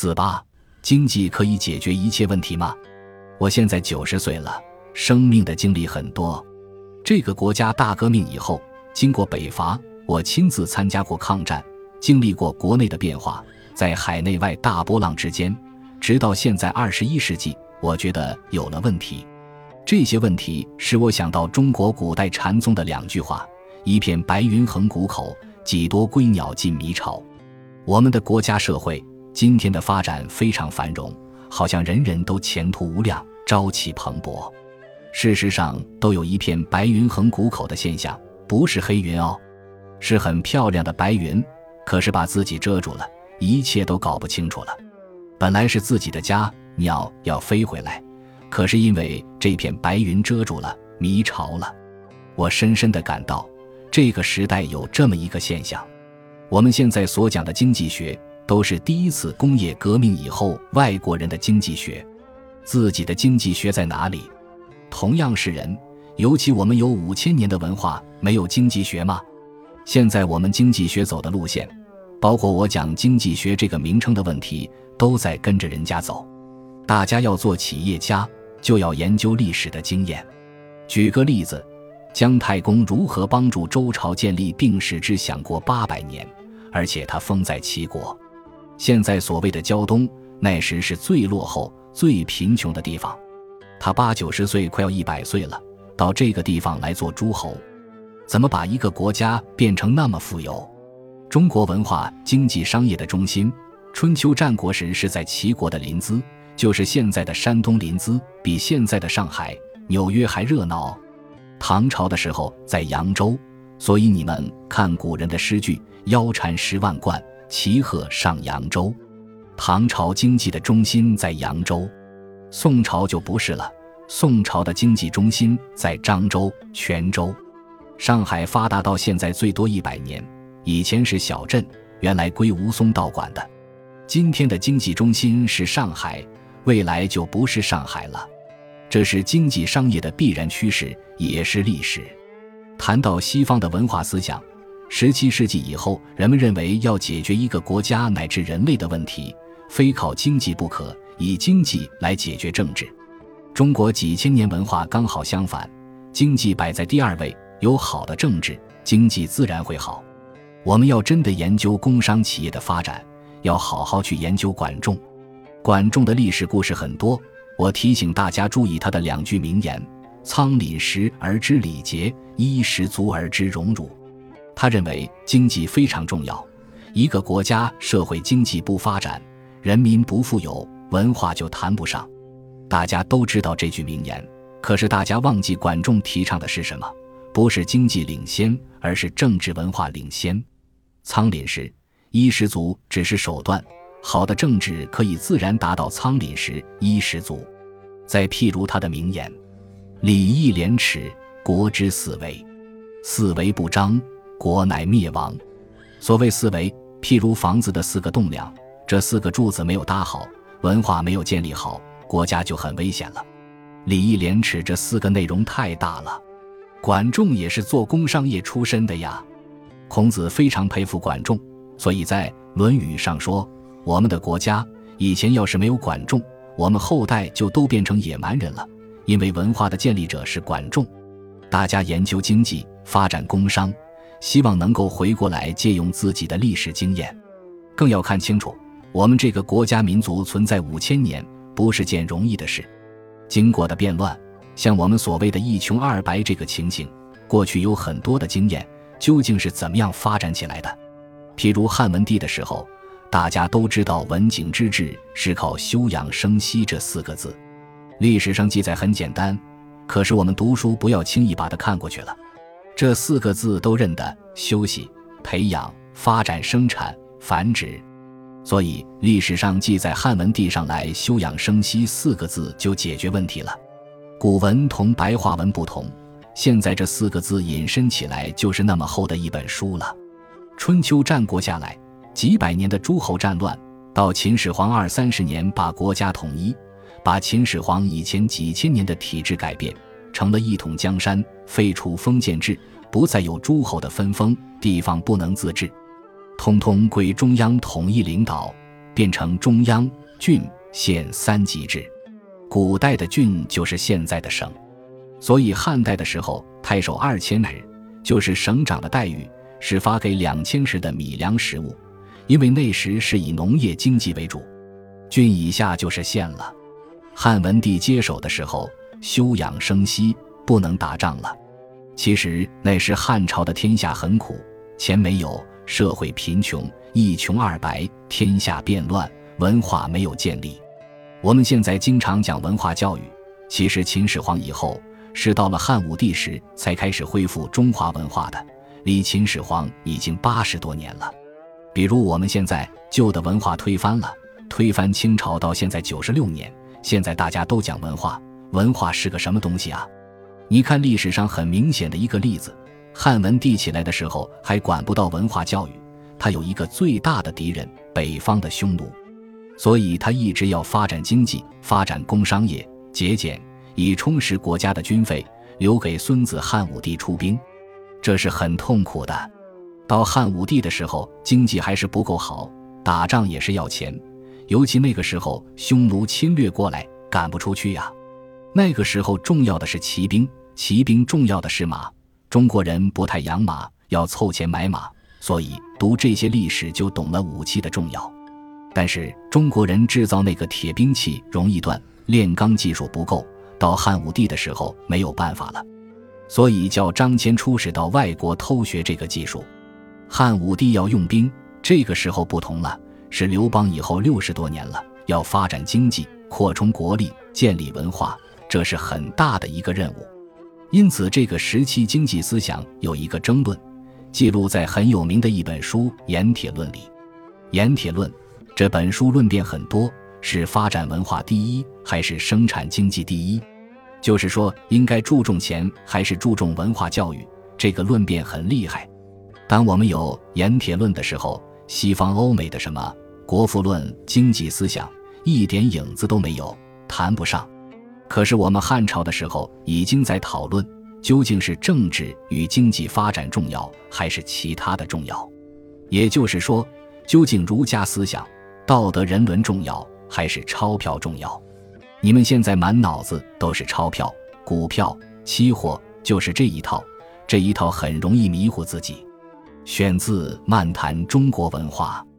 48经济可以解决一切问题吗？我现在90岁了，生命的经历很多。这个国家大革命以后，经过北伐，我亲自参加过抗战，经历过国内的变化，在海内外大波浪之间，直到现在21世纪，我觉得有了问题。这些问题使我想到中国古代禅宗的2句话：一片白云横谷口，几多归鸟尽迷巢。我们的国家社会今天的发展非常繁荣，好像人人都前途无量，朝气蓬勃。事实上都有一片白云横谷口的现象，不是黑云哦，是很漂亮的白云，可是把自己遮住了，一切都搞不清楚了。本来是自己的家，鸟要飞回来，可是因为这片白云遮住了，迷巢了。我深深地感到这个时代有这么一个现象。我们现在所讲的经济学都是第一次工业革命以后外国人的经济学，自己的经济学在哪里？同样是人，尤其我们有5000年的文化，没有经济学吗？现在我们经济学走的路线，包括我讲经济学这个名称的问题，都在跟着人家走。大家要做企业家，就要研究历史的经验。举个例子，姜太公如何帮助周朝建立并使之享国800年，而且他封在齐国。现在所谓的胶东，那时是最落后最贫穷的地方，他80-90岁快要100岁了，到这个地方来做诸侯，怎么把一个国家变成那么富有？中国文化经济商业的中心，春秋战国时是在齐国的临淄，就是现在的山东临淄，比现在的上海、纽约还热闹。唐朝的时候在扬州，所以你们看古人的诗句，腰缠10万贯，骑鹤上扬州。唐朝经济的中心在扬州。宋朝就不是了，宋朝的经济中心在漳州、泉州。上海发达到现在最多100年，以前是小镇，原来归吴淞道管的。今天的经济中心是上海，未来就不是上海了。这是经济商业的必然趋势，也是历史。谈到西方的文化思想，17世纪以后，人们认为要解决一个国家乃至人类的问题，非靠经济不可，以经济来解决政治。中国几千年文化刚好相反，经济摆在第2位，有好的政治，经济自然会好。我们要真的研究工商企业的发展，要好好去研究管仲。管仲的历史故事很多，我提醒大家注意他的2句名言：仓廪实而知礼节，衣食足而知荣辱。他认为经济非常重要，一个国家社会经济不发展，人民不富有，文化就谈不上。大家都知道这句名言，可是大家忘记管仲提倡的是什么？不是经济领先，而是政治文化领先。仓廪实、衣食足只是手段，好的政治可以自然达到仓廪实、衣食足。再譬如他的名言：礼义廉耻，国之四维，四维不张，国乃灭亡。所谓四维，譬如房子的4个栋梁，这4个柱子没有搭好，文化没有建立好，国家就很危险了。礼义廉耻这4个内容太大了。管仲也是做工商业出身的呀。孔子非常佩服管仲，所以在《论语》上说，我们的国家以前要是没有管仲，我们后代就都变成野蛮人了，因为文化的建立者是管仲。大家研究经济，发展工商，希望能够回过来借用自己的历史经验。更要看清楚，我们这个国家民族存在5000年，不是件容易的事。经过的变乱，像我们所谓的一穷二白这个情形，过去有很多的经验，究竟是怎么样发展起来的？譬如汉文帝的时候，大家都知道文景之治是靠休养生息这4个字。历史上记载很简单，可是我们读书不要轻易把它看过去了。这4个字都认得：休息、培养、发展、生产、繁殖。所以历史上记载汉文帝上来休养生息4个字就解决问题了。古文同白话文不同，现在这4个字引申起来就是那么厚的一本书了。春秋战国下来，几百年的诸侯战乱，到秦始皇20-30年把国家统一，把秦始皇以前几千年的体制改变，成了一统江山，废除封建制，不再有诸侯的分封，地方不能自治，通通归中央统一领导， 变成中央、郡、县三级制。古代的郡就是现在的省，所以汉代的时候太守2000石，就是省长的待遇，是发给2000石的米粮食物，因为那时是以农业经济为主。郡以下就是县了。汉文帝接手的时候，休养生息，不能打仗了。其实那时汉朝的天下很苦，钱没有，社会贫穷，一穷二白，天下变乱，文化没有建立。我们现在经常讲文化教育，其实秦始皇以后是到了汉武帝时才开始恢复中华文化的，离秦始皇已经80多年了。比如我们现在旧的文化推翻了，推翻清朝到现在96年，现在大家都讲文化，文化是个什么东西啊？你看历史上很明显的一个例子，汉文帝起来的时候还管不到文化教育，他有一个最大的敌人，北方的匈奴，所以他一直要发展经济，发展工商业，节俭，以充实国家的军费，留给孙子汉武帝出兵，这是很痛苦的。到汉武帝的时候，经济还是不够好，打仗也是要钱，尤其那个时候匈奴侵略过来，赶不出去呀。那个时候重要的是骑兵，骑兵重要的是马，中国人不太养马，要凑钱买马，所以读这些历史就懂了武器的重要。但是中国人制造那个铁兵器容易断，炼钢技术不够，到汉武帝的时候没有办法了，所以叫张骞出使到外国偷学这个技术。汉武帝要用兵，这个时候不同了，是刘邦以后60多年了，要发展经济，扩充国力，建立文化，这是很大的一个任务。因此这个时期经济思想有一个争论，记录在很有名的一本书《盐铁论》里。《盐铁论》这本书论辩很多，是发展文化第一还是生产经济第一，就是说应该注重钱还是注重文化教育，这个论辩很厉害。当我们有盐铁论的时候，西方欧美的什么国富论、经济思想一点影子都没有，谈不上。可是我们汉朝的时候已经在讨论，究竟是政治与经济发展重要，还是其他的重要？也就是说，究竟儒家思想、道德人伦重要，还是钞票重要？你们现在满脑子都是钞票、股票、期货，就是这一套，这一套很容易迷糊自己。选自《漫谈中国文化》。